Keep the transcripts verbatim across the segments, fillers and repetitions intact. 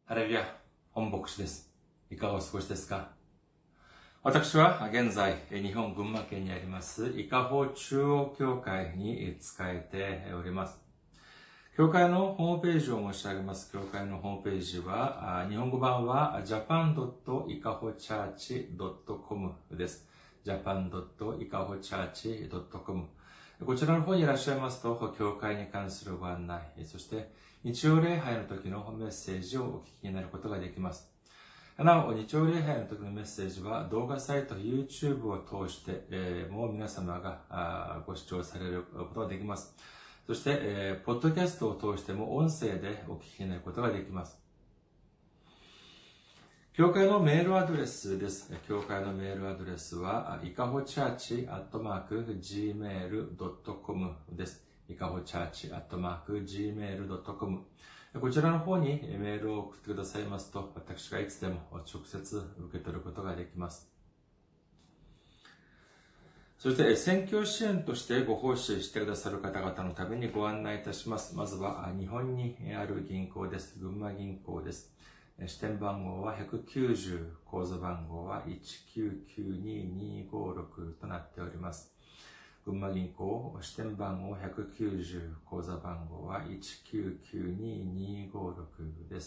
ハレルヤ、本牧師です。いかがお過ごしですか？私は現在、日本群馬県にあります、伊香保中央教会に仕えております。教会のホームページを申し上げます。教会のホームページは、日本語版は ジャパンドットイカホチャーチドットコム です。ジャパンドットイカホチャーチドットコム。こちらの方にいらっしゃいますと、教会に関するご案内、そして日曜礼拝の時のメッセージをお聞きになることができます。なお、日曜礼拝の時のメッセージは動画サイト YouTube を通して、えー、もう皆様がご視聴されることができます。そして、えー、ポッドキャストを通しても音声でお聞きになることができます。教会のメールアドレスです。教会のメールアドレスは、いかほチャーチアットマークジーメールドットコム です。いかほチャーチアットマークジーメールドットコム。こちらの方にメールを送ってくださいますと、私がいつでも直接受け取ることができます。そして、宣教支援としてご奉仕してくださる方々のためにご案内いたします。まずは、日本にある銀行です。群馬銀行です。支店番号はひゃくきゅうじゅう、口座番号はいちきゅうきゅうににごろくとなっております。群馬銀行、支店番号ひゃくきゅうじゅう、口座番号はいちきゅうきゅうににごろくです。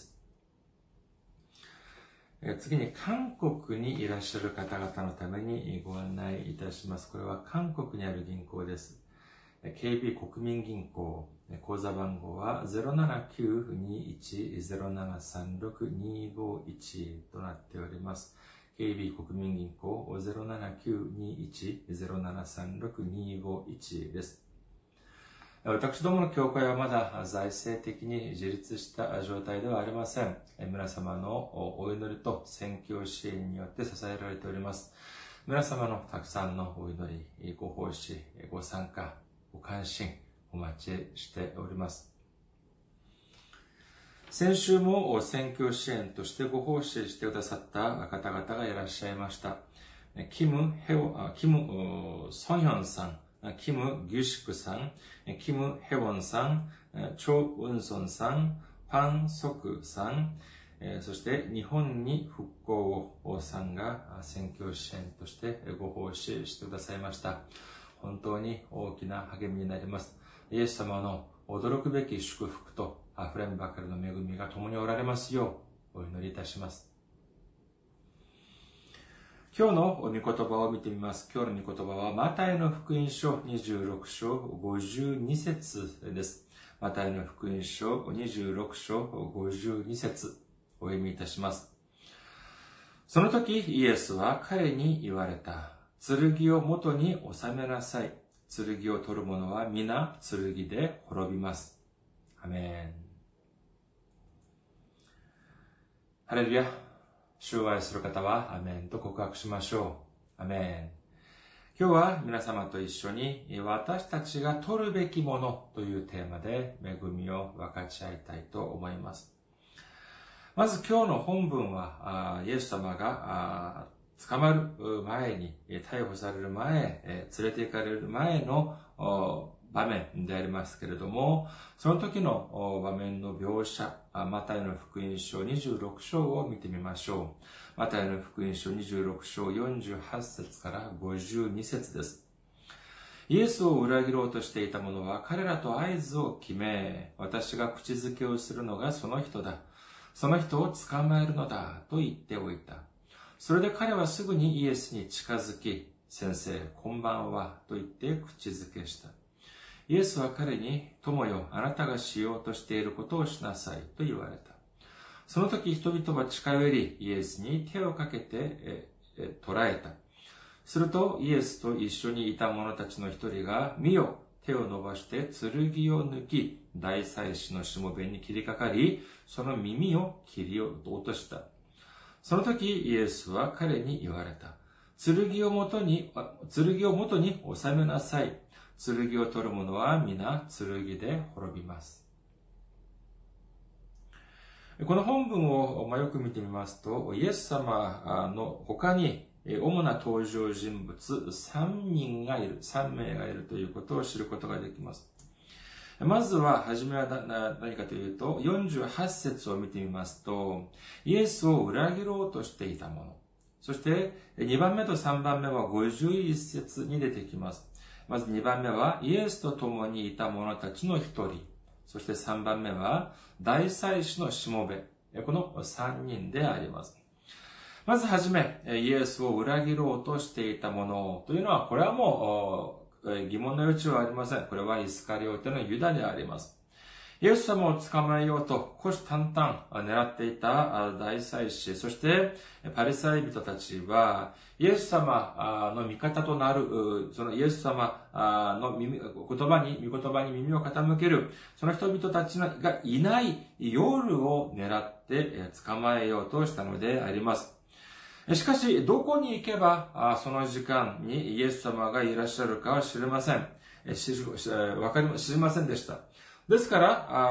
次に、韓国にいらっしゃる方々のためにご案内いたします。これは韓国にある銀行です。ケービー 国民銀行、口座番号は ゼロななきゅうにいちゼロななさんろくにごいち となっております。ケービー 国民銀行 ゼロななきゅうにいちゼロななさんろくにごいち です。私どもの教会はまだ財政的に自立した状態ではありません。皆様のお祈りと宣教支援によって支えられております。皆様のたくさんのお祈り、ご奉仕、ご参加、ご関心、お待ちしております。先週も宣教支援としてご奉仕してくださった方々がいらっしゃいました。キム・ヘオ、キム・ソンヒョンさん、キム・ギュシクさん、キム・ヘウォンさん、チョ・ウンソンさん、パン・ソクさん、そして日本に復興をさんが宣教支援としてご奉仕してくださいました。本当に大きな励みになります。イエス様の驚くべき祝福と溢れんばかりの恵みが共におられますようお祈りいたします。今日の御言葉を見てみます。今日の御言葉はマタイの福音書にじゅうろく章ごじゅうに節です。マタイの福音書にじゅうろく章ごじゅうに節お読みいたします。その時イエスは彼に言われた。剣を元に収めなさい。剣を取る者は皆剣で滅びます。アメン。ハレルヤ。主を愛する方はアメンと告白しましょう。アメン。今日は皆様と一緒に私たちが取るべきものというテーマで恵みを分かち合いたいと思います。まず今日の本文はイエス様が捕まる前に、逮捕される前、連れて行かれる前の場面でありますけれども、その時の場面の描写、マタイの福音書にじゅうろく章を見てみましょう。マタイの福音書にじゅうろく章よんじゅうはち節からごじゅうに節です。イエスを裏切ろうとしていた者は彼らと合図を決め、私が口づけをするのがその人だ。その人を捕まえるのだと言っておいた。それで彼はすぐにイエスに近づき、先生、こんばんは、と言って口づけした。イエスは彼に、友よ、あなたがしようとしていることをしなさい、と言われた。その時人々は近寄り、イエスに手をかけてええ捕らえた。すると、イエスと一緒にいた者たちの一人が、見よ、手を伸ばして剣を抜き、大祭司のしもべに切りかかり、その耳を切り落とした。その時、イエスは彼に言われた。剣を元に、剣を元に収めなさい。剣を取る者は皆剣で滅びます。この本文をよく見てみますと、イエス様の他に主な登場人物さんにんがいる、さん名がいるということを知ることができます。 まずは、はじめは何かというと、よんじゅうはち節を見てみますと、イエスを裏切ろうとしていたもの。そして、にばんめとさんばんめはごじゅういち節に出てきます。まずにばんめは、イエスと共にいた者たちの一人。そしてさんばんめは、大祭司のしもべ。このさんにんであります。まずはじめ、イエスを裏切ろうとしていたものというのは、これはもう疑問の余地はありません。これはイスカリオテのユダであります。イエス様を捕まえようと、虎視眈々狙っていた大祭司、そしてパリサイ人たちは、イエス様の味方となる、そのイエス様の耳言葉に、御言葉に耳を傾ける、その人々たちがいない夜を狙って捕まえようとしたのであります。しかし、どこに行けば、その時間にイエス様がいらっしゃるかは知りません。わかり、知りませんでした。ですから、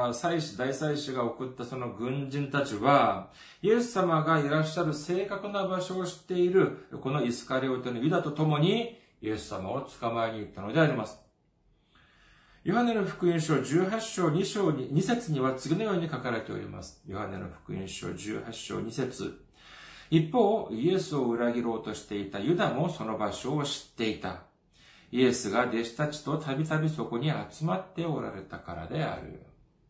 祭司、大祭司が送ったその軍人たちは、イエス様がいらっしゃる正確な場所を知っている、このイスカリオテのユダと共に、イエス様を捕まえに行ったのであります。ヨハネの福音書じゅうはち章に章に、に節には次のように書かれております。ヨハネの福音書じゅうはち章に節。一方、イエスを裏切ろうとしていたユダもその場所を知っていた。イエスが弟子たちとたびたびそこに集まっておられたからである。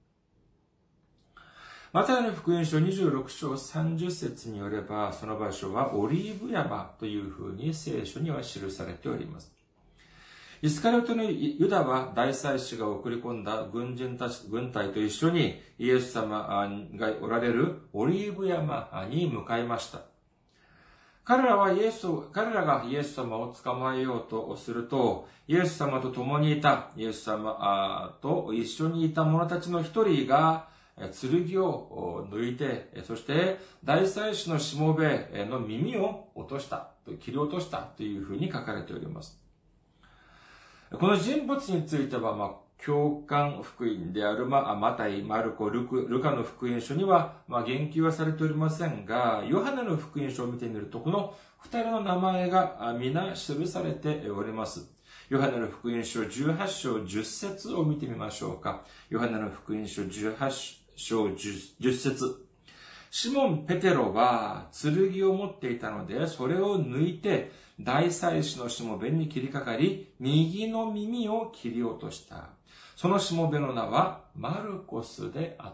マタイの福音書にじゅうろく章さんじゅう節によれば、その場所はオリーブ山というふうに聖書には記されております。イスカリオテのユダは大祭司が送り込んだ軍人たち、軍隊と一緒にイエス様がおられるオリーブ山に向かいました。彼らはイエスを、彼らがイエス様を捕まえようとすると、イエス様と共にいた、イエス様と一緒にいた者たちの一人が、剣を抜いて、そして大祭司のしもべの耳を落とした、切り落としたというふうに書かれております。この人物については、まあ、教官福音である、まあ、マタイ、マルコ、ルク、ルカの福音書には、まあ、言及はされておりませんが、ヨハネの福音書を見てみると、この二人の名前が皆記されております。ヨハネの福音書じゅうはち章じゅう節を見てみましょうか。ヨハネの福音書じゅうはち章じゅう節。シモン・ペテロは剣を持っていたので、それを抜いて、大祭司のしもべに切りかかり、右の耳を切り落とした。そのしもべの名はマルコスであった。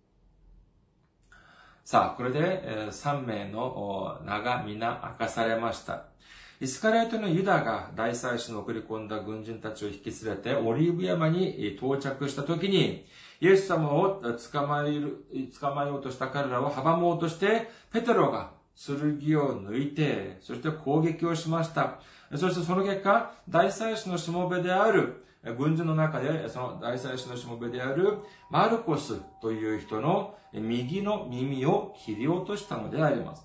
さあ、これでさん名の名が皆明かされました。イスカリオテのユダが大祭司の送り込んだ軍人たちを引き連れてオリーブ山に到着したときに、イエス様を捕まえる、捕まえようとした彼らを阻もうとして、ペテロが剣を抜いて、そして攻撃をしました。そしてその結果、大祭司のしもべである、軍人の中で、その大祭司のしもべであるマルコスという人の右の耳を切り落としたのであります。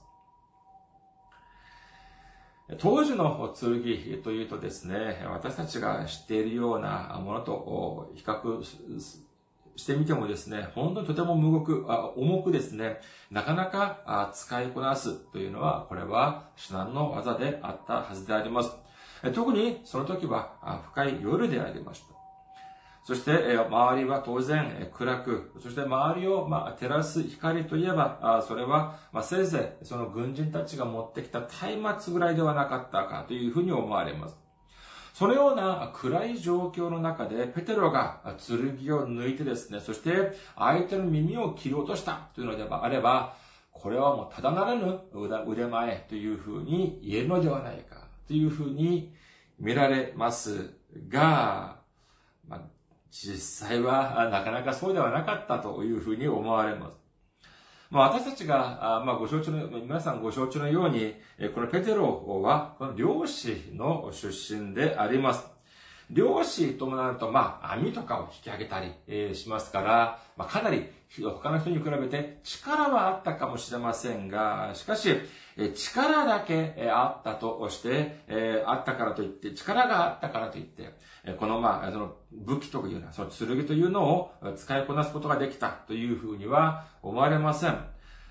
当時の剣というとですね、私たちが知っているようなものと比較してみてもですね、本当にとても無く、重くですね、なかなか使いこなすというのは、これは至難の技であったはずであります。特にその時は深い夜でありました。そして周りは当然暗く、そして周りを照らす光といえば、それはせいぜいその軍人たちが持ってきた松明ぐらいではなかったかというふうに思われます。そのような暗い状況の中で、ペテロが剣を抜いてですね、そして相手の耳を切り落としたというのであれば、これはもうただならぬ腕前というふうに言えるのではないかというふうに見られますが、まあ、実際はなかなかそうではなかったというふうに思われます。まあ、私たちが、まあ、ご承知の、皆さんご承知のように、このペテロは、この漁師の出身であります。漁師ともなると、まあ、網とかを引き上げたり、えー、しますから、まあ、かなり他の人に比べて力はあったかもしれませんが、しかし、力だけあったとして、えー、あったからといって、力があったからといって、この、まあ、その武器というのは、その剣というのを使いこなすことができたというふうには思われません。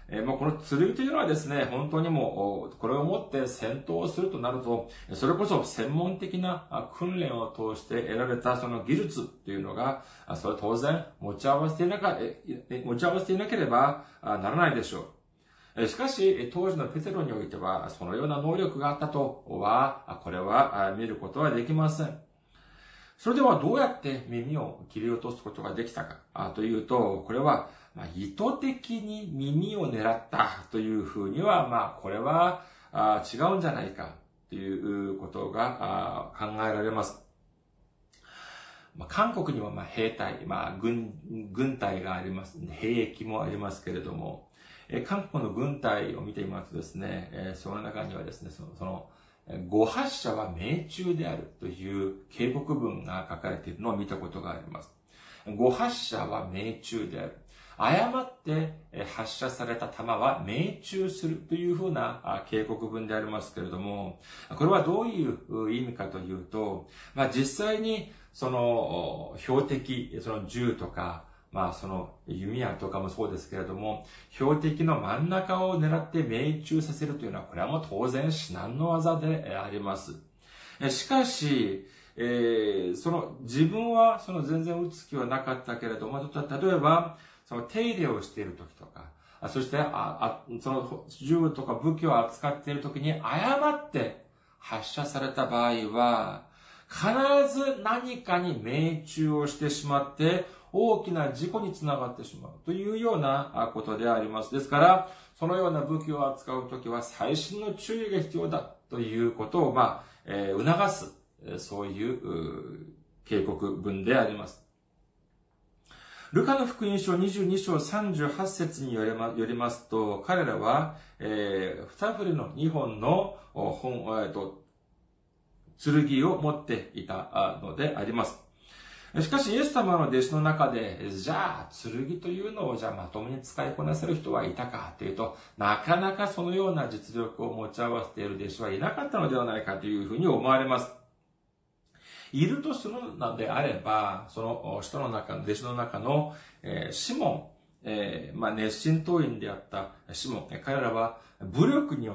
えー、もうこの剣というのはですね、本当にもう、これを持って戦闘をするとなると、それこそ専門的な訓練を通して得られたその技術というのが、それ当然持ち合わせていなか、持ち合わせていなければならないでしょう。しかし、当時のペテロにおいては、そのような能力があったとは、これは見ることはできません。それではどうやって耳を切り落とすことができたかというと、これは意図的に耳を狙ったというふうには、まあこれは違うんじゃないかということが考えられます。韓国にはまあ兵隊、まあ軍、軍隊があります。兵役もありますけれども、韓国の軍隊を見ていますとですね、その中にはですね、その、その誤発射は命中であるという警告文が書かれているのを見たことがあります。誤発射は命中である。誤って発射された弾は命中するというふうな警告文でありますけれども、これはどういう意味かというと、まあ実際にその標的、その銃とか、まあその弓矢とかもそうですけれども、標的の真ん中を狙って命中させるというのは、これはもう当然至難の技であります。しかし、えー、その自分はその全然撃つ気はなかったけれども、例えば、その手入れをしている時とか、そして、あ、あ、その銃とか武器を扱っている時に誤って発射された場合は、必ず何かに命中をしてしまって、大きな事故につながってしまうというようなことであります。ですから、そのような武器を扱うときは細心の注意が必要だということを、まあ、えー、促す、そういう警告文であります。ルカの福音書にじゅうに章さんじゅうはち節によりま、よりますと、彼らは、えー、二振りの二本の本、えーと、剣を持っていたのであります。しかし、イエス様の弟子の中で、じゃあ、剣というのをじゃあまともに使いこなせる人はいたかというと、なかなかそのような実力を持ち合わせている弟子はいなかったのではないかというふうに思われます。いるとするのであれば、その人の中の、弟子の中の、えー、シモン、えー、まあ、熱心党員であったシモン、彼らは武力によって、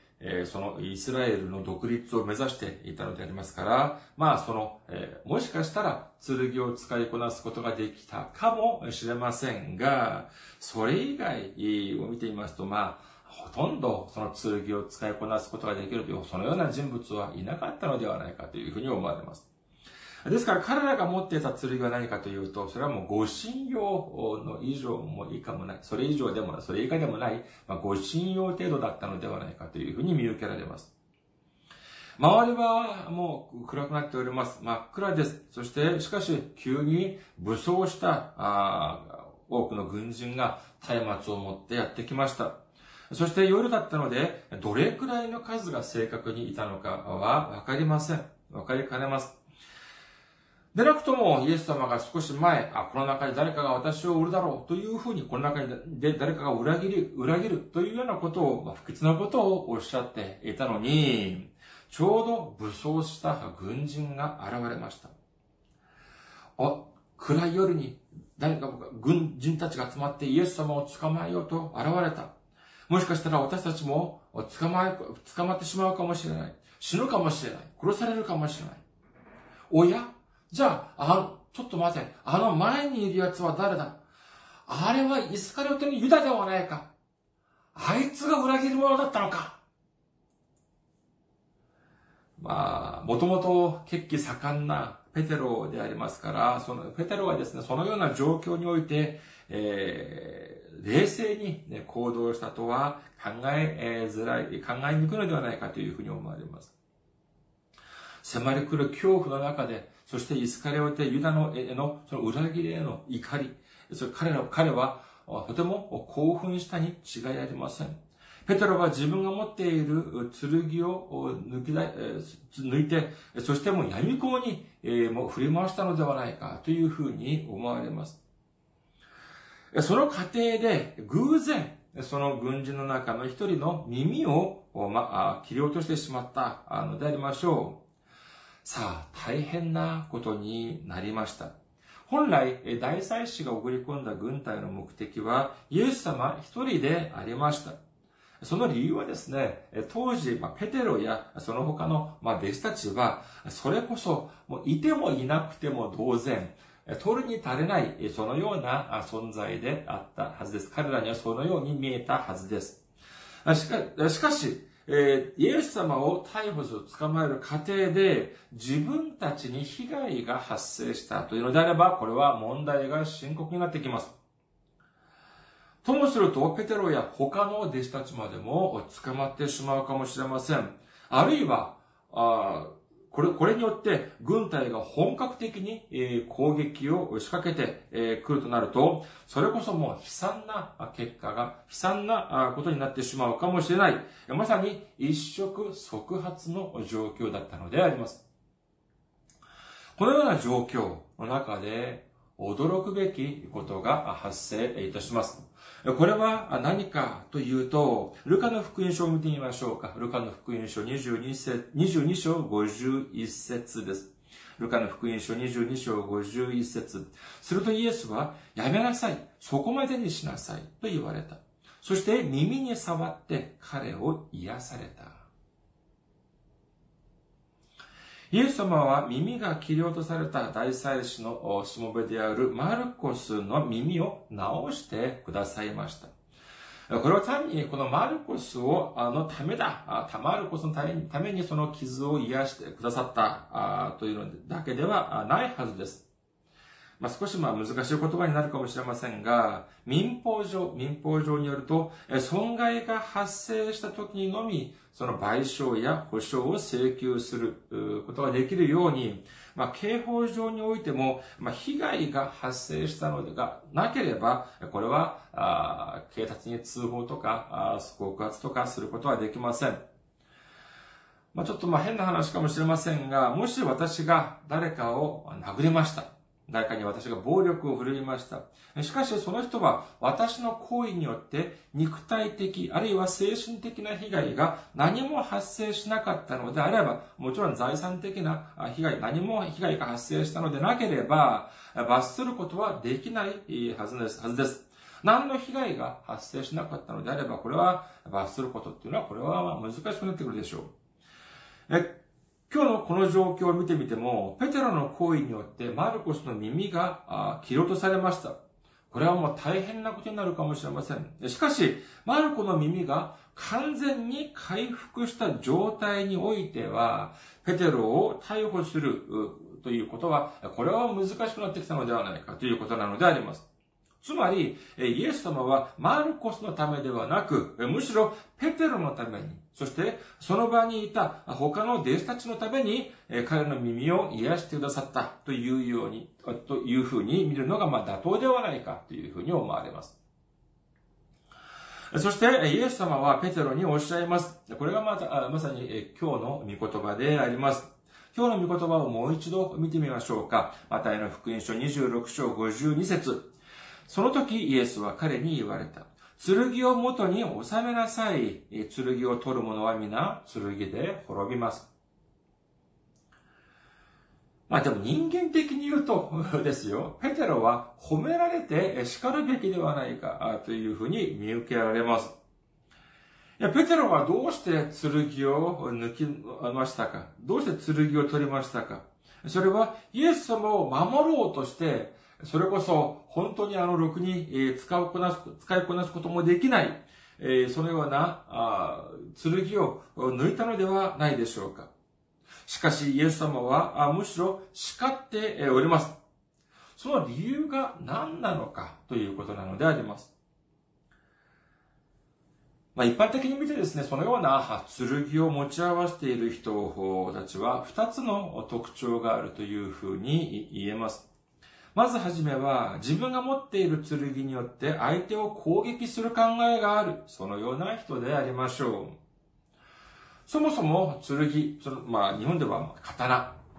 えー、そのイスラエルの独立を目指していたのでありますから、まあその、えー、もしかしたら剣を使いこなすことができたかもしれませんが、それ以外を見ていますと、まあ、ほとんどその剣を使いこなすことができるという、そのような人物はいなかったのではないかというふうに思われます。ですから彼らが持っていた剣は何かというと、それはもう護身用の以上も以下もない、それ以上でもない、それ以下でもない、まあ、護身用程度だったのではないかというふうに見受けられます。周りはもう暗くなっております。真っ暗です。そして、しかし急に武装したあ多くの軍人が松明を持ってやってきました。そして夜だったので、どれくらいの数が正確にいたのかはわかりません。わかりかねます。でなくとも、イエス様が少し前、あ、この中で誰かが私を売るだろうというふうに、この中で誰かが裏切る、裏切るというようなことを、まあ、不吉なことをおっしゃっていたのに、ちょうど武装した軍人が現れました。あ、暗い夜に誰か軍人たちが集まってイエス様を捕まえようと現れた。もしかしたら私たちも捕まえ、捕まってしまうかもしれない。死ぬかもしれない。殺されるかもしれない。おや？じゃあ、あの、ちょっと待て。あの前にいる奴は誰だ？あれはイスカリオテのユダではないか。あいつが裏切る者だったのか。まあ、もともと血気盛んなペテロでありますから、その、ペテロはですね、そのような状況において、えー、冷静に、ね、行動したとは考えづらい、考えにくいのではないかというふうに思われます。迫り来る恐怖の中で、そしてイスカリオテユダのへのその裏切りへの怒り、それ彼ら彼はとても興奮したに違いありません。ペテロは自分が持っている剣を抜きだ抜いて、そしてもう闇雲にもう振り回したのではないかというふうに思われます。その過程で偶然、その軍人の中の一人の耳を、まあ、切り落としてしまったのでありましょう。さあ、大変なことになりました。 本来、大祭司が送り込んだ軍隊の目的は、イエス様一人でありました。その理由はですね、当時、ペテロやその他の弟子たちは、それこそ、もういてもいなくても同然、取るに足れない、そのような存在であったはずです。彼らにはそのように見えたはずです。しかしかし、イエス様を逮捕する、捕まえる過程で、自分たちに被害が発生したというのであれば、これは問題が深刻になってきます。ともすると、ペテロや他の弟子たちまでも捕まってしまうかもしれません。あるいは、あこれ、これによって軍隊が本格的に、えー、攻撃を仕掛けてく、えー、るとなると、それこそもう悲惨な結果が、悲惨なことになってしまうかもしれない。まさに一触即発の状況だったのであります。このような状況の中で驚くべきことが発生いたします。これは何かというと、ルカの福音書を見てみましょうか。ルカの福音書にじゅうに章ごじゅういち節です。ルカの福音書にじゅうに章ごじゅういち節。するとイエスは、やめなさい。そこまでにしなさい。と言われた。そして耳に触って彼を癒された。イエス様は耳が切り落とされた大祭司のしもべであるマルコスの耳を直してくださいました。これは単にこのマルコスをあのためだ、マルコスのために、ためにその傷を癒してくださったというのだけではないはずです。まあ、少しまあ難しい言葉になるかもしれませんが、民法上、民法上によると、損害が発生した時にのみ、その賠償や保証を請求することができるように、まあ、刑法上においても、まあ、被害が発生したのがなければ、これは、あ警察に通報とか、告発とかすることはできません。まあ、ちょっとまあ変な話かもしれませんが、もし私が誰かを殴りました。誰かに私が暴力を振るいました。しかしその人は私の行為によって肉体的あるいは精神的な被害が何も発生しなかったのであれば、もちろん財産的な被害、何も被害が発生したのでなければ、罰することはできないはずです。はずです。何の被害が発生しなかったのであれば、これは罰することっていうのは、これは難しくなってくるでしょう。え今日のこの状況を見てみても、ペテロの行為によってマルコスの耳が切り落とされました。これはもう大変なことになるかもしれません。しかし、マルコの耳が完全に回復した状態においては、ペテロを逮捕するということは、これは難しくなってきたのではないかということなのであります。つまり、イエス様はマルコスのためではなく、むしろペテロのために、そしてその場にいた他の弟子たちのために、彼の耳を癒してくださったというように、というふうに見るのがまあ妥当ではないかというふうに思われます。そして、イエス様はペテロにおっしゃいます。これがまた、まさに今日の御言葉であります。今日の御言葉をもう一度見てみましょうか。マタイの福音書にじゅうろく章ごじゅうに節。その時イエスは彼に言われた。剣を元に収めなさい。剣を取る者は皆剣で滅びます。まあでも人間的に言うとですよ、ペテロは褒められて叱るべきではないかというふうに見受けられます。いや、ペテロはどうして剣を抜きましたか？どうして剣を取りましたか？それはイエス様を守ろうとして、それこそ本当にあのろくに使いこなす、使いこなすこともできない、そのような剣を抜いたのではないでしょうか。しかしイエス様はむしろ叱っております。その理由が何なのかということなのであります。まあ、一般的に見てですね、そのような剣を持ち合わせている人たちは二つの特徴があるというふうに言えます。まずはじめは、自分が持っている剣によって相手を攻撃する考えがある、そのような人でありましょう。そもそも剣、そのまあ日本では刀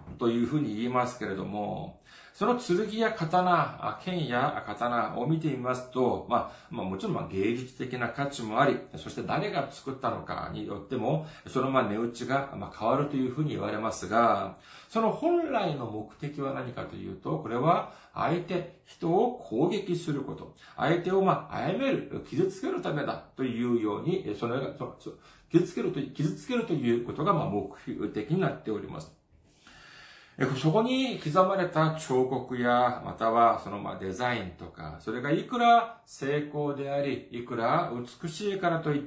というふうに言いますけれども、その剣や刀、剣や刀を見てみますと、まあ、まあ、もちろんまあ芸術的な価値もあり、そして誰が作ったのかによっても、そのまあ値打ちがまあ変わるというふうに言われますが、その本来の目的は何かというと、これは相手、人を攻撃すること、相手をまあ殺める、傷つけるためだというように、その傷つけると、傷つけるということがまあ目的になっております。そこに刻まれた彫刻や、またはそのまあデザインとか、それがいくら精巧であり、いくら美しいからといって、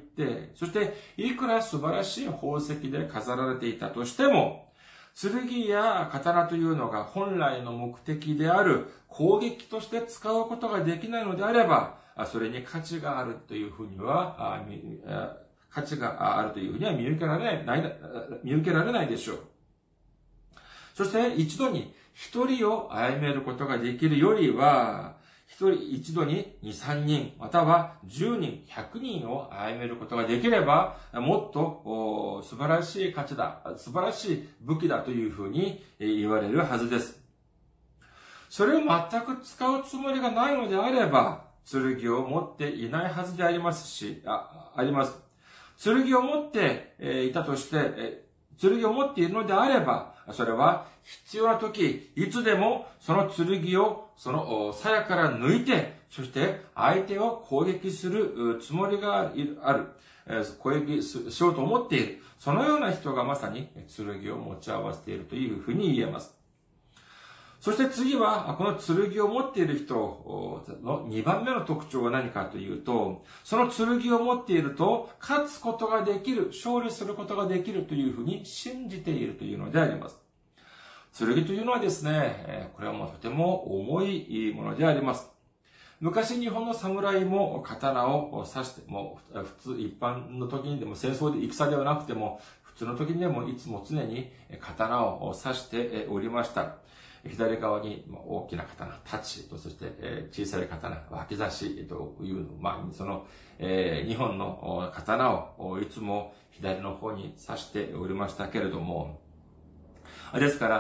そしていくら素晴らしい宝石で飾られていたとしても、剣や刀というのが本来の目的である攻撃として使うことができないのであれば、それに価値があるというふうには、価値があるというふうには見受けられない、見受けられないでしょう。そして一度に一人を殺めることができるよりは、一人一度に二、三人、または十人、百人を殺めることができれば、もっと素晴らしい価値だ、素晴らしい武器だというふうに言われるはずです。それを全く使うつもりがないのであれば、剣を持っていないはずでありますし、あ、あります。剣を持っていたとして、剣を持っているのであれば、それは必要な時、いつでもその剣をその鞘から抜いて、そして相手を攻撃するつもりがある。攻撃しようと思っている。そのような人がまさに剣を持ち合わせているというふうに言えます。そして次は、この剣を持っている人のにばんめの特徴は何かというと、その剣を持っていると、勝つことができる、勝利することができるというふうに信じているというのであります。剣というのはですね、これはもうとても重いものであります。昔日本の侍も刀を刺して、もう普通一般の時にでも戦争で戦ではなくても、普通の時にでもいつも常に刀を刺しておりました。左側に大きな刀、太刀と、そして小さい刀、脇差しという、まあ、その、えー、日本の刀をいつも左の方に刺しておりましたけれども、ですから、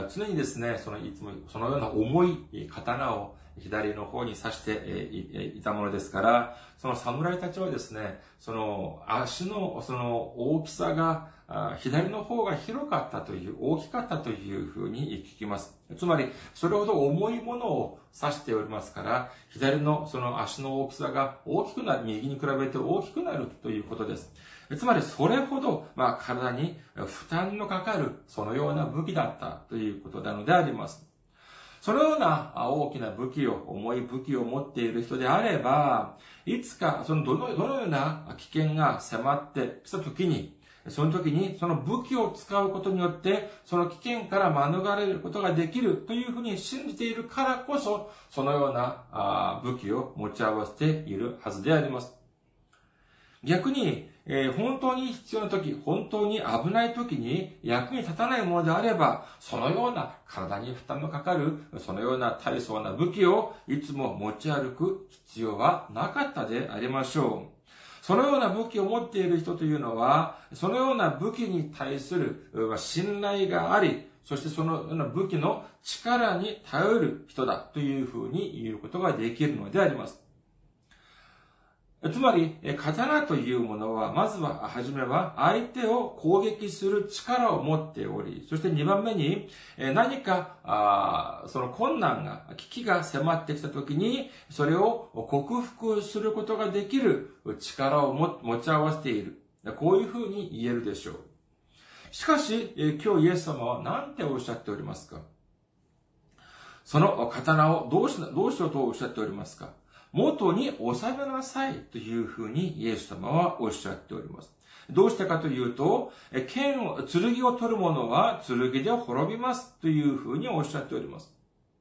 常にですね、そのいつもそのような重い刀を左の方に刺していたものですから、その侍たちはですね、その足のその大きさが左の方が広かったという、大きかったというふうに聞きます。つまり、それほど重いものを指しておりますから、左のその足の大きさが大きくなる、右に比べて大きくなるということです。つまり、それほど、まあ、体に負担のかかる、そのような武器だったということなのであります。そのような大きな武器を、重い武器を持っている人であれば、いつか、そのどの、どのような危険が迫ってきたときに、その時にその武器を使うことによって、その危険から免れることができるというふうに信じているからこそ、そのような武器を持ち合わせているはずであります。逆に、えー、本当に必要な時、本当に危ない時に役に立たないものであれば、そのような体に負担のかかる、そのような大層な武器をいつも持ち歩く必要はなかったでありましょう。そのような武器を持っている人というのは、そのような武器に対する信頼があり、そしてそのような武器の力に頼る人だというふうに言うことができるのであります。つまり、刀というものは、まずは、はじめは、相手を攻撃する力を持っており、そしてにばんめに、何か、その困難が、危機が迫ってきたときに、それを克服することができる力を持ち合わせている。こういうふうに言えるでしょう。しかし、今日イエス様は何ておっしゃっておりますか？その刀をどうし、どうしようとおっしゃっておりますか？元に収めなさいというふうにイエス様はおっしゃっております。どうしてかというと、剣を、剣を取る者は剣で滅びますというふうにおっしゃっております。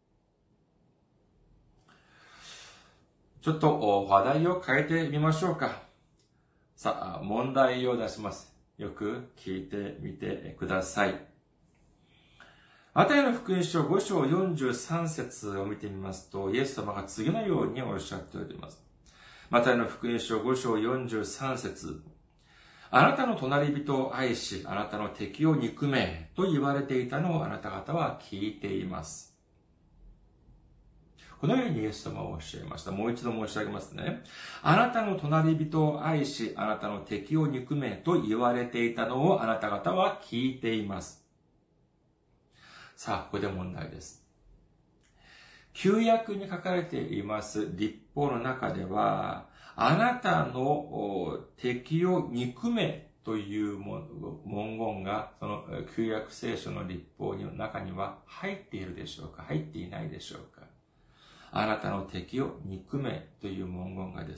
ちょっと話題を変えてみましょうか。さあ、問題を出します。よく聞いてみてください。マタイの福音書ご章よんじゅうさん節を見てみますと、イエス様が次のようにおっしゃっております。マタイの福音書ご章よんじゅうさん節。 あなたの隣人を愛し、あなたの敵を憎めと言われていたのをあなた方は聞いています。このようにイエス様はおっしゃいました。もう一度申し上げますね。あなたの隣人を愛し、あなたの敵を憎めと言われていたのをあなた方は聞いています。さあ、ここで問題です。旧約に書かれています律法の中では、あなたの敵を憎めという文言が、その旧約聖書の律法の中には入っているでしょうか？入っていないでしょうか？あなたの敵を憎めという文言がです。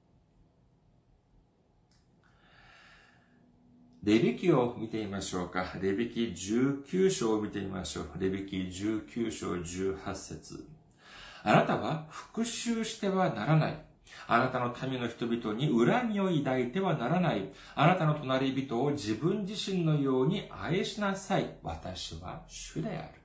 レビ記を見てみましょうか。レビ記じゅうきゅう章を見てみましょう。レビ記じゅうきゅう章じゅうはち節。あなたは復讐してはならない。あなたの民の人々に恨みを抱いてはならない。あなたの隣人を自分自身のように愛しなさい。私は主である。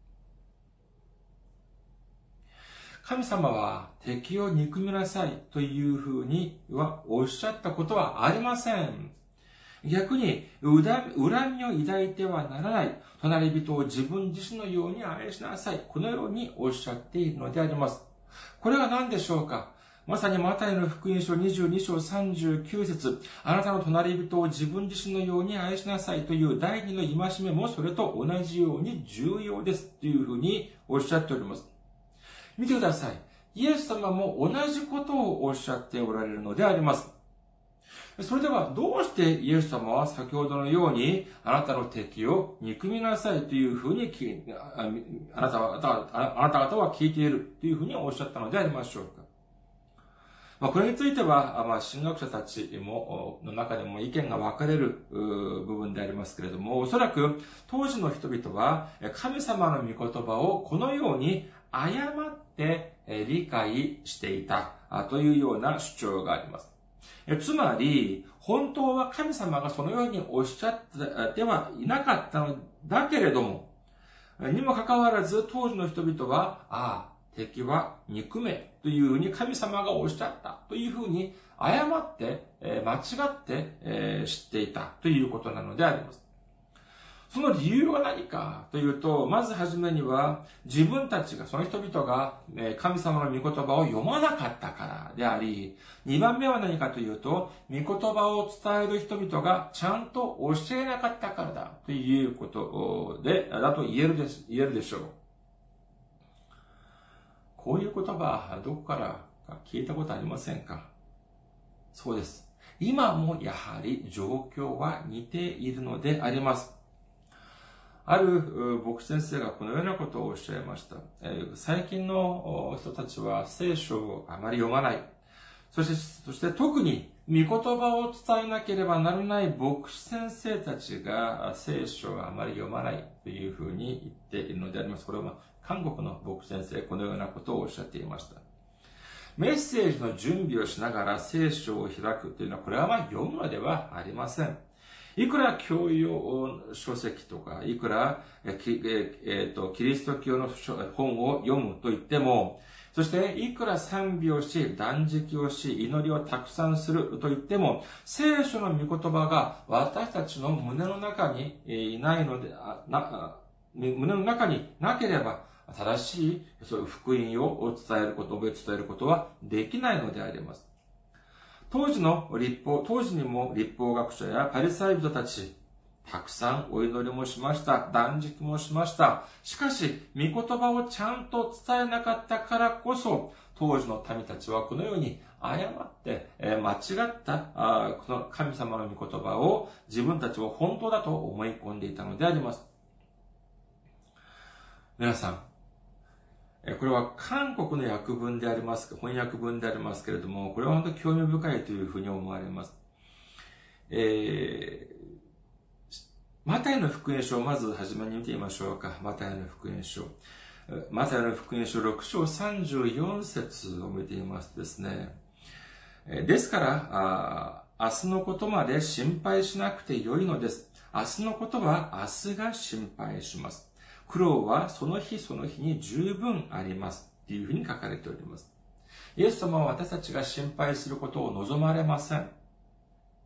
神様は敵を憎みなさいというふうにはおっしゃったことはありません。逆に、恨みを抱いてはならない。隣人を自分自身のように愛しなさい。このようにおっしゃっているのであります。これは何でしょうか？まさにマタイの福音書にじゅうに章さんじゅうきゅう節、あなたの隣人を自分自身のように愛しなさいという第二の戒めもそれと同じように重要ですというふうにおっしゃっております。見てください。イエス様も同じことをおっしゃっておられるのであります。それではどうしてイエス様は先ほどのようにあなたの敵を憎みなさいというふうにあなたは、あなた方は聞いているというふうにおっしゃったのでありましょうか？まあ、これについては、まあ、神学者たちも、の中でも意見が分かれる部分でありますけれども、おそらく当時の人々は神様の御言葉をこのように誤って理解していたというような主張があります。つまり、本当は神様がそのようにおっしゃってはいなかったのだけれども、にもかかわらず当時の人々は、ああ、敵は憎めというふうに神様がおっしゃったというふうに誤って、間違って知っていたということなのであります。その理由は何かというと、まずはじめには自分たちが、その人々が神様の御言葉を読まなかったからであり、にばんめは何かというと、御言葉を伝える人々がちゃんと教えなかったからだということで、だと言えるでし、言えるでしょう。こういう言葉、どこからか聞いたことありませんか？そうです。今もやはり状況は似ているのであります。ある牧師先生がこのようなことをおっしゃいました。最近の人たちは聖書をあまり読まない。そして、そして特に御言葉を伝えなければならない牧師先生たちが聖書をあまり読まないというふうに言っているのであります。これは韓国の牧師先生、このようなことをおっしゃっていました。メッセージの準備をしながら聖書を開くというのは、これはまあ読むのではありません。いくら教養書籍とか、いくら、ええー、とキリスト教の本を読むと言っても、そしていくら賛美をし、断食をし、祈りをたくさんすると言っても、聖書の御言葉が私たちの胸の中にいないので、な胸の中になければ、正しいそういう福音を伝えること、覚え伝えることはできないのであります。当時の立法、当時にも立法学者やパリサイ人たち、たくさんお祈りもしました。断食もしました。しかし、御言葉をちゃんと伝えなかったからこそ、当時の民たちはこのように誤って、えー、間違ったあこの神様の御言葉を自分たちを本当だと思い込んでいたのであります。皆さん、これは韓国の訳文であります、翻訳文でありますけれども、これは本当に興味深いというふうに思われます。えー、マタイの福音書をまずはじめに見てみましょうか。マタイの福音書。マタイの福音書ろく章さんじゅうよん節を見てみますとですね。ですから、明日のことまで心配しなくてよいのです。明日のことは明日が心配します。苦労はその日その日に十分あります。というふうに書かれております。イエス様は私たちが心配することを望まれません。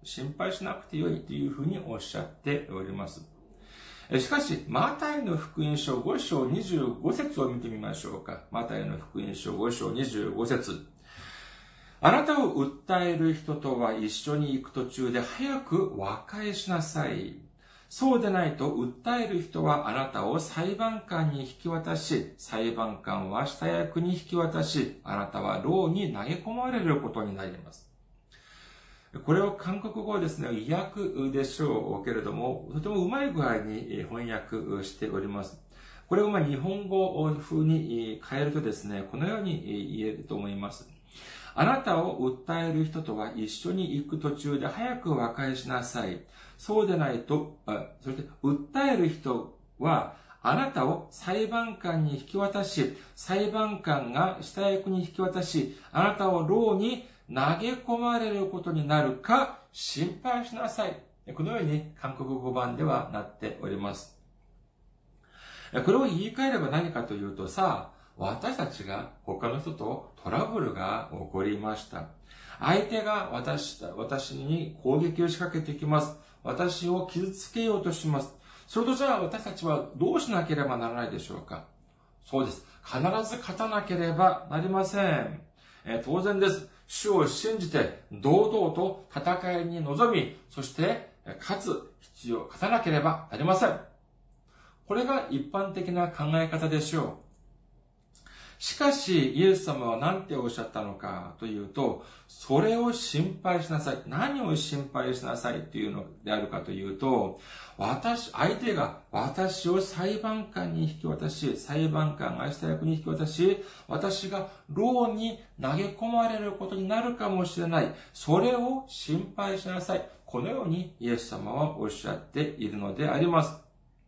心配しなくてよいというふうにおっしゃっております。しかし、マタイの福音書ご章にじゅうご節を見てみましょうか。マタイの福音書ご章にじゅうご節。あなたを訴える人とは一緒に行く途中で早く和解しなさい。そうでないと訴える人はあなたを裁判官に引き渡し、裁判官は下役に引き渡し、あなたは牢に投げ込まれることになります。これを韓国語ですね、意訳でしょうけれども、とてもうまい具合に翻訳しております。これをまあ日本語風に変えるとですね、このように言えると思います。あなたを訴える人とは一緒に行く途中で早く和解しなさい。そうでないと、そして訴える人はあなたを裁判官に引き渡し、裁判官が下役に引き渡し、あなたを牢に投げ込まれることになるか心配しなさい。このように韓国語版ではなっております。これを言い換えれば何かというとさ、私たちが他の人とトラブルが起こりました。相手が私、私に攻撃を仕掛けてきます。私を傷つけようとします。それとじゃあ私たちはどうしなければならないでしょうか。そうです。必ず勝たなければなりません。えー、当然です。主を信じて堂々と戦いに臨み、そして勝つ必要、勝たなければなりません。これが一般的な考え方でしょう。しかし、イエス様は何ておっしゃったのかというと、それを心配しなさい。何を心配しなさいというのであるかというと、私、相手が私を裁判官に引き渡し、裁判官が下役に引き渡し、私が牢に投げ込まれることになるかもしれない。それを心配しなさい。このようにイエス様はおっしゃっているのであります。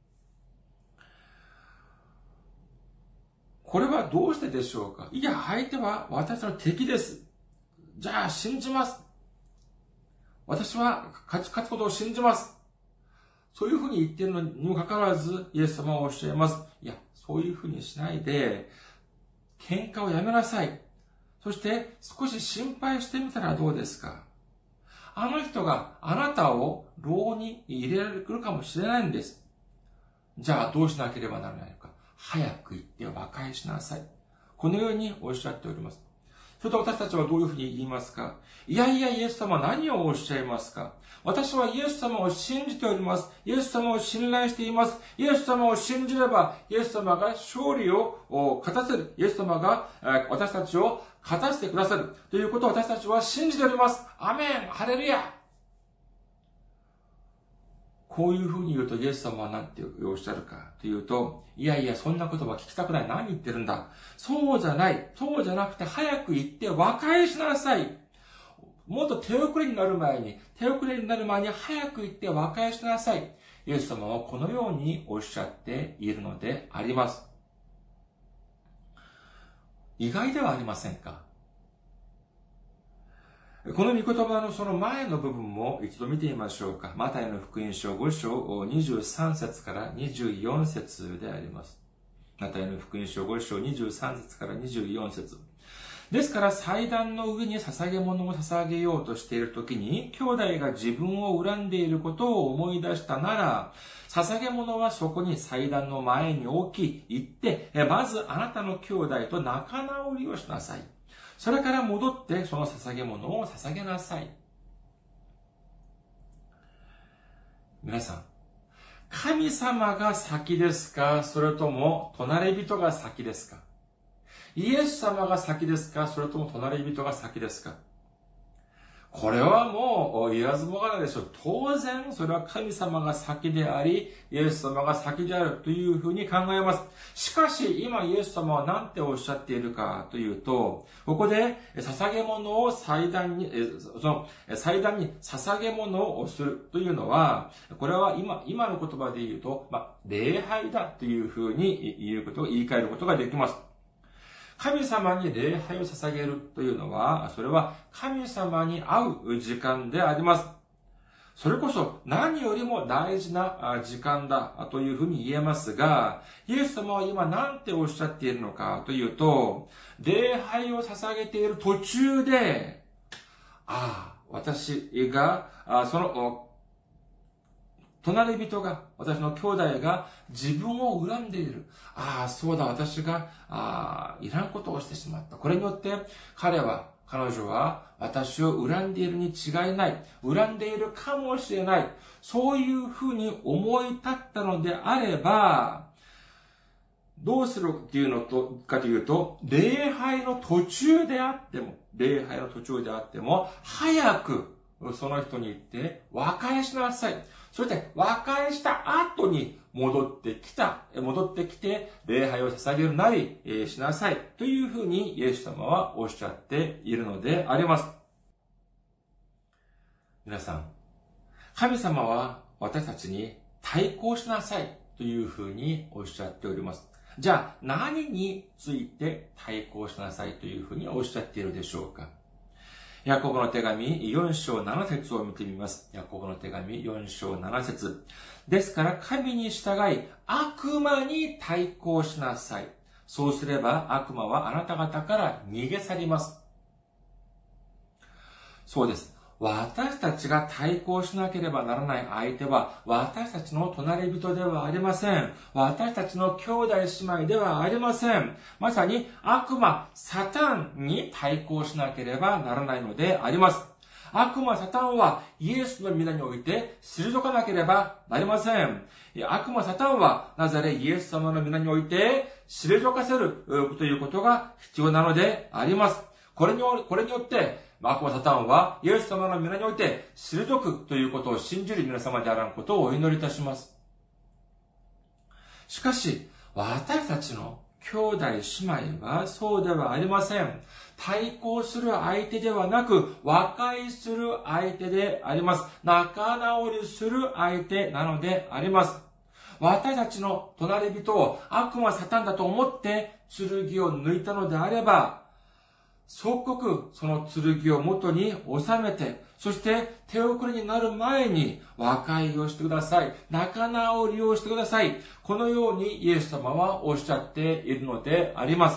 これはどうしてでしょうか。いや、相手は私の敵です。じゃあ、信じます。私は勝ち勝つことを信じます。そういうふうに言っているのにもかかわらず、イエス様はおっしゃいます。いや、そういうふうにしないで、喧嘩をやめなさい。そして、少し心配してみたらどうですか。あの人があなたを牢に入れられるかもしれないんです。じゃあ、どうしなければならないのか。早く行って和解しなさい。このようにおっしゃっております。それと私たちはどういうふうに言いますか。いやいや、イエス様は何をおっしゃいますか。私はイエス様を信じております。イエス様を信頼しています。イエス様を信じれば、イエス様が勝利を勝たせる。イエス様が私たちを勝たせてくださる。ということを私たちは信じております。アメン、ハレルヤ。こういうふうに言うとイエス様は何ておっしゃるかというと、いやいや、そんな言葉聞きたくない。何言ってるんだ。そうじゃない。そうじゃなくて早く行って和解しなさい。もっと手遅れになる前に、手遅れになる前に早く行って和解しなさい。イエス様はこのようにおっしゃっているのであります。意外ではありませんか。この御言葉のその前の部分も一度見てみましょうか。マタイの福音書ご章にじゅうさん節からにじゅうよん節であります。マタイの福音書ご章にじゅうさん節からにじゅうよん節。ですから祭壇の上に捧げ物を捧げようとしているときに、兄弟が自分を恨んでいることを思い出したなら、捧げ物はそこに祭壇の前に置き、行って、まずあなたの兄弟と仲直りをしなさい。それから戻ってその捧げ物を捧げなさい。皆さん、神様が先ですか、それとも隣人が先ですか。イエス様が先ですか、それとも隣人が先ですか。これはもう言わずもがなでしょう。当然それは神様が先であり、イエス様が先であるというふうに考えます。しかし今イエス様は何ておっしゃっているかというと、ここで捧げ物を祭壇に、その祭壇に捧げ物をするというのは、これは今、今の言葉で言うと、まあ、礼拝だというふうに言うことを言い換えることができます。神様に礼拝を捧げるというのは、それは神様に会う時間であります。それこそ何よりも大事な時間だというふうに言えますが、イエス様は今何ておっしゃっているのかというと、礼拝を捧げている途中で、ああ、 私が、その、隣人が、私の兄弟が自分を恨んでいる。ああ、そうだ、私が、ああ、いらんことをしてしまった。これによって、彼は、彼女は、私を恨んでいるに違いない。恨んでいるかもしれない。そういうふうに思い立ったのであれば、どうするっていうのと、かというと、礼拝の途中であっても、礼拝の途中であっても、早く、その人に言って、和解しなさい。そして和解した後に戻ってきた、戻ってきて礼拝を捧げるなりしなさいというふうにイエス様はおっしゃっているのであります。皆さん、神様は私たちに対抗しなさいというふうにおっしゃっております。じゃあ何について対抗しなさいというふうにおっしゃっているでしょうか。ヤコブの手紙よん章なな節を見てみます。ヤコブの手紙よん章なな節。ですから神に従い悪魔に対抗しなさい。そうすれば悪魔はあなた方から逃げ去ります。そうです。私たちが対抗しなければならない相手は私たちの隣人ではありません。私たちの兄弟姉妹ではありません。まさに悪魔、サタンに対抗しなければならないのであります。悪魔、サタンはイエスの皆において退かなければなりません。悪魔、サタンはなぜイエス様の皆において退かせるということが必要なのであります。これによ、これによって悪魔サタンはイエス様の皆において退くということを信じる皆様であらんことをお祈りいたします。しかし、私たちの兄弟姉妹はそうではありません。対抗する相手ではなく、和解する相手であります。仲直りする相手なのであります。私たちの隣人を悪魔サタンだと思って剣を抜いたのであれば、即刻その剣を元に収めて、そして手遅れになる前に和解をしてください。仲直りをしてください。このようにイエス様はおっしゃっているのであります。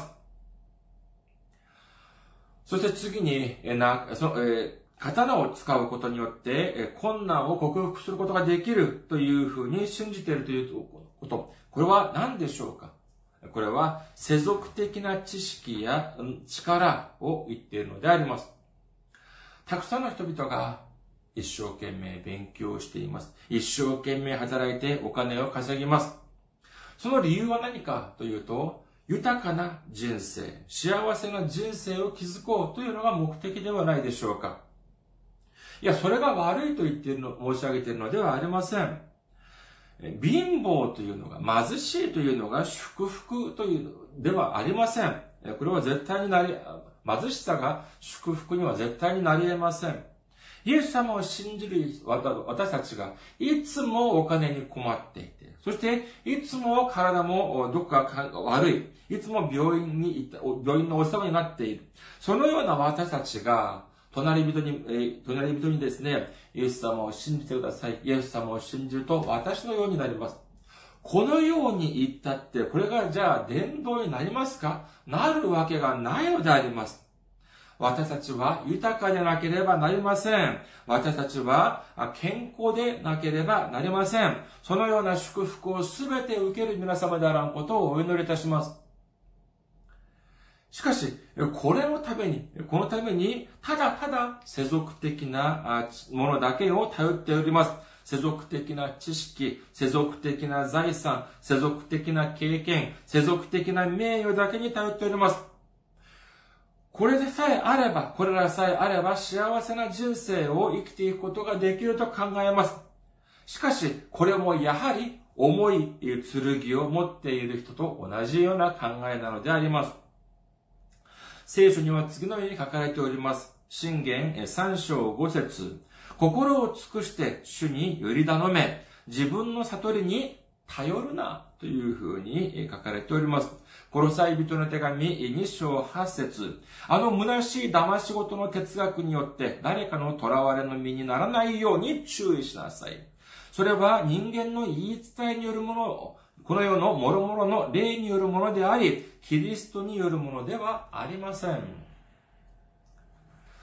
そして次に、なそのえー、刀を使うことによって困難を克服することができるというふうに信じているということ。これは何でしょうか？これは世俗的な知識や力を言っているのであります。たくさんの人々が一生懸命勉強しています。一生懸命働いてお金を稼ぎます。その理由は何かというと、豊かな人生、幸せな人生を築こうというのが目的ではないでしょうか。いや、それが悪いと言っているの、申し上げているのではありません。貧乏というのが、貧しいというのが祝福というのではありません。これは絶対になり、貧しさが祝福には絶対になり得ません。イエス様を信じる私たちがいつもお金に困っていて、そしていつも体もどこか悪い、いつも病院に、病院のお世話になっている。そのような私たちが、隣人に、えー、隣人にですね、イエス様を信じてください。イエス様を信じると私のようになります。このように言ったって、これがじゃあ伝道になりますか？なるわけがないのであります。私たちは豊かでなければなりません。私たちは健康でなければなりません。そのような祝福をすべて受ける皆様であらんことをお祈りいたします。しかし、これのために、このために、ただただ世俗的なものだけを頼っております。世俗的な知識、世俗的な財産、世俗的な経験、世俗的な名誉だけに頼っております。これでさえあれば、これらさえあれば幸せな人生を生きていくことができると考えます。しかし、これもやはり重い剣を持っている人と同じような考えなのであります。聖書には次のように書かれております。箴言さん章ご節。心を尽くして主により頼め、自分の悟りに頼るな、というふうに書かれております。コロサイ人の手紙に章はち節。あの虚しい騙し事の哲学によって誰かの囚われの身にならないように注意しなさい。それは人間の言い伝えによるもの、この世の諸々の霊によるものであり、キリストによるものではありません。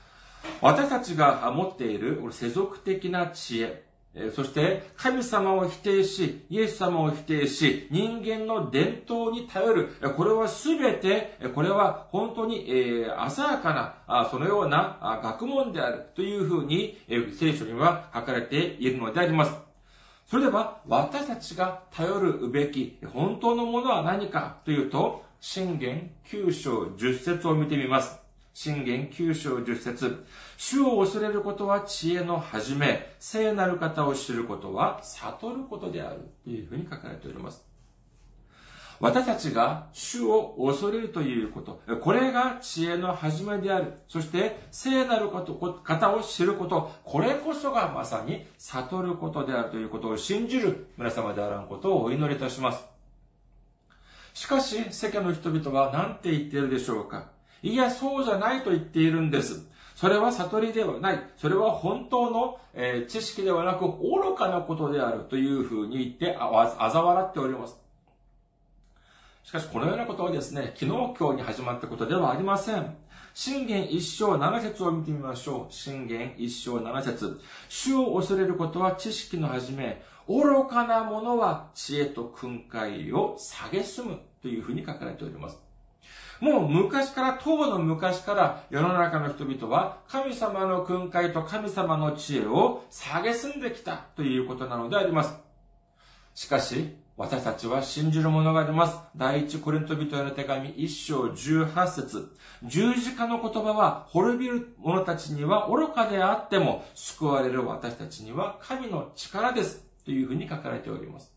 私たちが持っている世俗的な知恵、そして神様を否定し、イエス様を否定し、人間の伝統に頼る、これはすべて、これは本当に浅はかな、そのような学問であるというふうに聖書には書かれているのであります。それでは私たちが頼るべき本当のものは何かというと、箴言きゅう章じゅっ節を見てみます。箴言きゅう章じゅっ節。主を恐れることは知恵の始め、聖なる方を知ることは悟ることであるというふうに書かれております。私たちが主を恐れるということ、これが知恵の始めである。そして聖なる方を知ること、これこそがまさに悟ることであるということを信じる皆様であらんことをお祈りいたします。しかし世間の人々は何て言っているでしょうか。いや、そうじゃないと言っているんです。それは悟りではない。それは本当の、えー、知識ではなく愚かなことであるというふうに言ってあざ笑っております。しかしこのようなことはですね、昨日今日に始まったことではありません。箴言一章七節を見てみましょう。箴言一章七節。主を恐れることは知識の始め、愚かなものは知恵と訓戒を蔑むというふうに書かれております。もう昔から、当の昔から世の中の人々は神様の訓戒と神様の知恵を蔑んできたということなのであります。しかし、私たちは信じるものがあります。第一コリント人への手紙一章十八節。十字架の言葉は滅びる者たちには愚かであっても救われる私たちには神の力ですというふうに書かれております。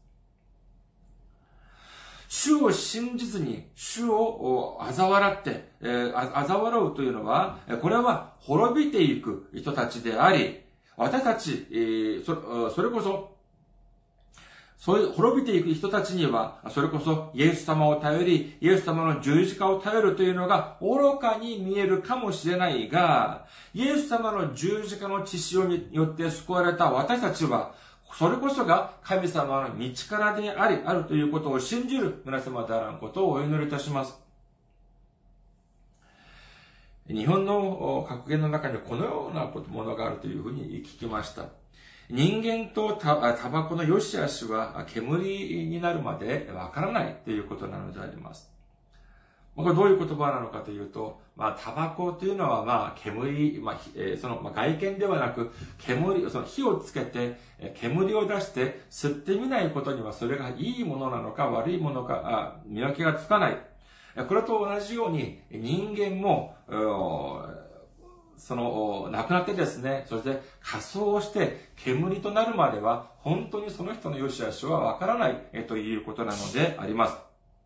主を信じずに主を嘲笑って、えー、嘲笑うというのは、これは滅びていく人たちであり、私たち、えー、そ, それこそ、そういう滅びていく人たちには、それこそイエス様を頼り、イエス様の十字架を頼るというのが愚かに見えるかもしれないが、イエス様の十字架の血潮によって救われた私たちは、それこそが神様の道からであり、あるということを信じる皆様であらんことをお祈りいたします。日本の格言の中にこのようなものがあるというふうに聞きました。人間とタバコの良し悪しは煙になるまでわからないということなのであります。これどういう言葉なのかというと、まあ、タバコというのは、まあ、煙、まあ、えー、その、まあ、外見ではなく、煙、その火をつけて、煙を出して吸ってみないことには、それがいいものなのか悪いものか、あ見分けがつかない。これと同じように、人間も、その、亡くなってですね、そして仮装をして煙となるまでは、本当にその人の良し悪しはわからないということなのであります。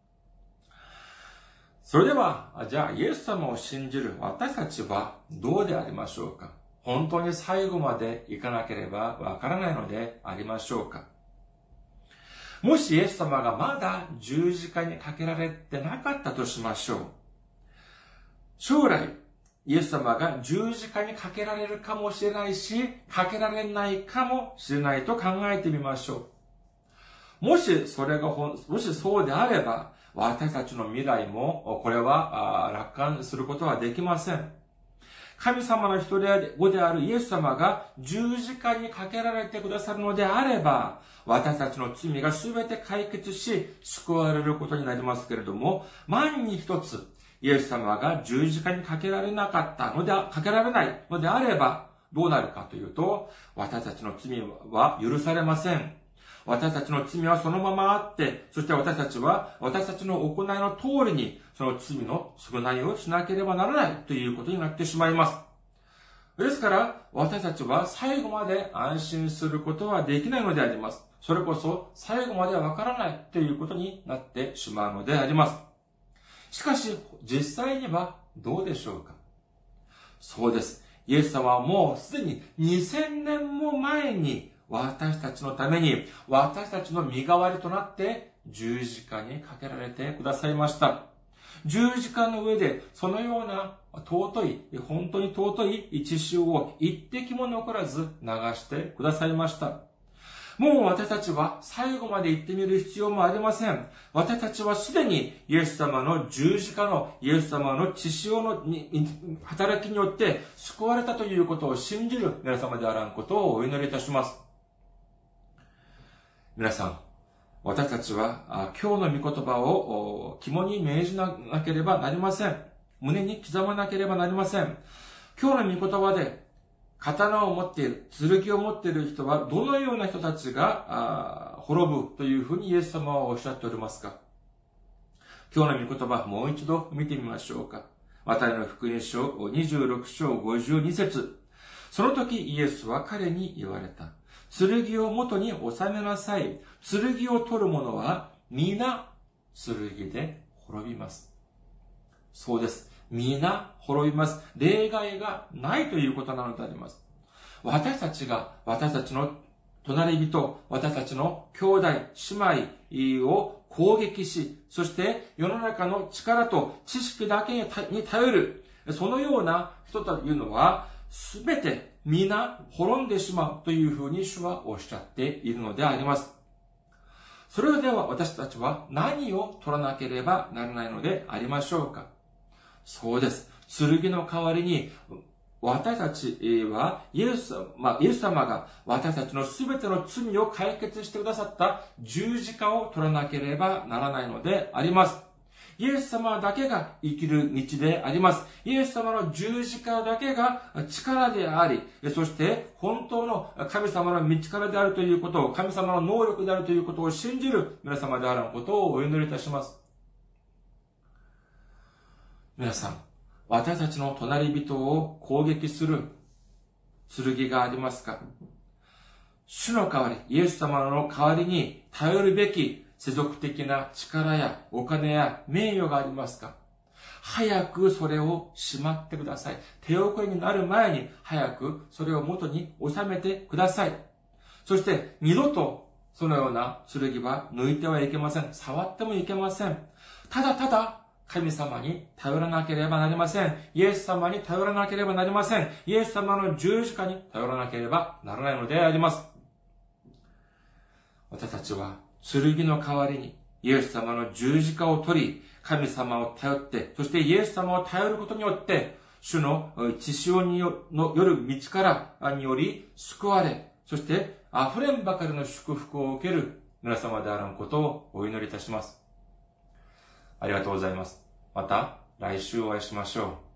それでは、じゃあ、イエス様を信じる私たちはどうでありましょうか？本当に最後まで行かなければわからないのでありましょうか？もしイエス様がまだ十字架にかけられてなかったとしましょう。将来、イエス様が十字架にかけられるかもしれないし、かけられないかもしれないと考えてみましょう。もしそれがほん、もしそうであれば、私たちの未来も、これは楽観することはできません。神様の一人子であるイエス様が十字架にかけられてくださるのであれば、私たちの罪がすべて解決し、救われることになりますけれども、万に一つ、イエス様が十字架にかけられなかったので、かけられないのであれば、どうなるかというと、私たちの罪は許されません。私たちの罪はそのままあって、そして私たちは、私たちの行いの通りに、その罪の償いをしなければならないということになってしまいます。ですから、私たちは最後まで安心することはできないのであります。それこそ、最後まではわからないということになってしまうのであります。しかし、実際にはどうでしょうか？そうです。イエス様はもうすでににせんねんも前に、私たちのために、私たちの身代わりとなって十字架にかけられてくださいました。十字架の上でそのような尊い、本当に尊い血潮を一滴も残らず流してくださいました。 もう私たちは最後まで行ってみる必要もありません。私たちはすでにイエス様の十字架のイエス様の血潮の働きによって救われたということを信じる皆様であらんことをお祈りいたします。皆さん、私たちは今日の御言葉を肝に銘じなければなりません。胸に刻まなければなりません。今日の御言葉で刀を持っている、剣を持っている人はどのような人たちが滅ぶというふうにイエス様はおっしゃっておりますか。今日の御言葉、もう一度見てみましょうか。マタイの福音書にじゅうろく章ごじゅうに節。その時イエスは彼に言われた。剣を元に収めなさい。剣を取る者は皆剣で滅びます。そうです。皆滅びます。例外がないということなのであります。私たちが、私たちの隣人、私たちの兄弟、姉妹を攻撃し、そして世の中の力と知識だけに頼る、そのような人というのは、すべて皆滅んでしまうというふうに主はおっしゃっているのであります。それでは私たちは何を取らなければならないのでありましょうか。そうです。剣の代わりに、私たちはイエス、まあ、イエス様が私たちのすべての罪を解決してくださった十字架を取らなければならないのであります。イエス様だけが生きる道であります。イエス様の十字架だけが力であり、そして本当の神様の道からであるということを、神様の能力であるということを信じる皆様であることをお祈りいたします。皆さん、私たちの隣人を攻撃する剣がありますか？主の代わり、イエス様の代わりに頼るべき世俗的な力やお金や名誉がありますか？早くそれをしまってください。手遅れになる前に早くそれを元に収めてください。そして二度とそのような剣は抜いてはいけません。触ってもいけません。ただただ神様に頼らなければなりません。イエス様に頼らなければなりません。イエス様の十字架に頼らなければならないのであります。私たちは剣の代わりにイエス様の十字架を取り、神様を頼って、そしてイエス様を頼ることによって、主の血潮による道からにより救われ、そして溢れんばかりの祝福を受ける皆様であることをお祈りいたします。ありがとうございます。また来週お会いしましょう。